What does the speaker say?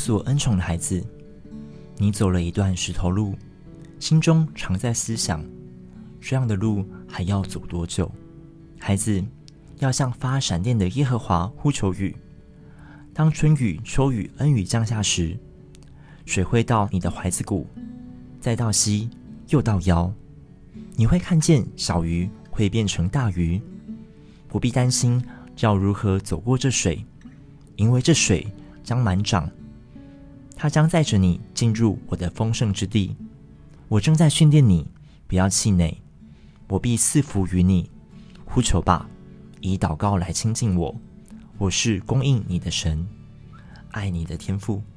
所恩宠的孩子，你走了一段石头路，心中常在思想，这样的路还要走多久？孩子，要向发闪电的耶和华呼求雨。当春雨、秋雨、恩雨降下时，水会到你的怀子骨，再到膝，又到腰。你会看见小鱼会变成大鱼，不必担心要如何走过这水，因为这水将满涨，它将载着你进入我的丰盛之地。我正在训练你，不要气馁，我必赐福于你。呼求吧，以祷告来亲近我，我是供应你的神，爱你的天父。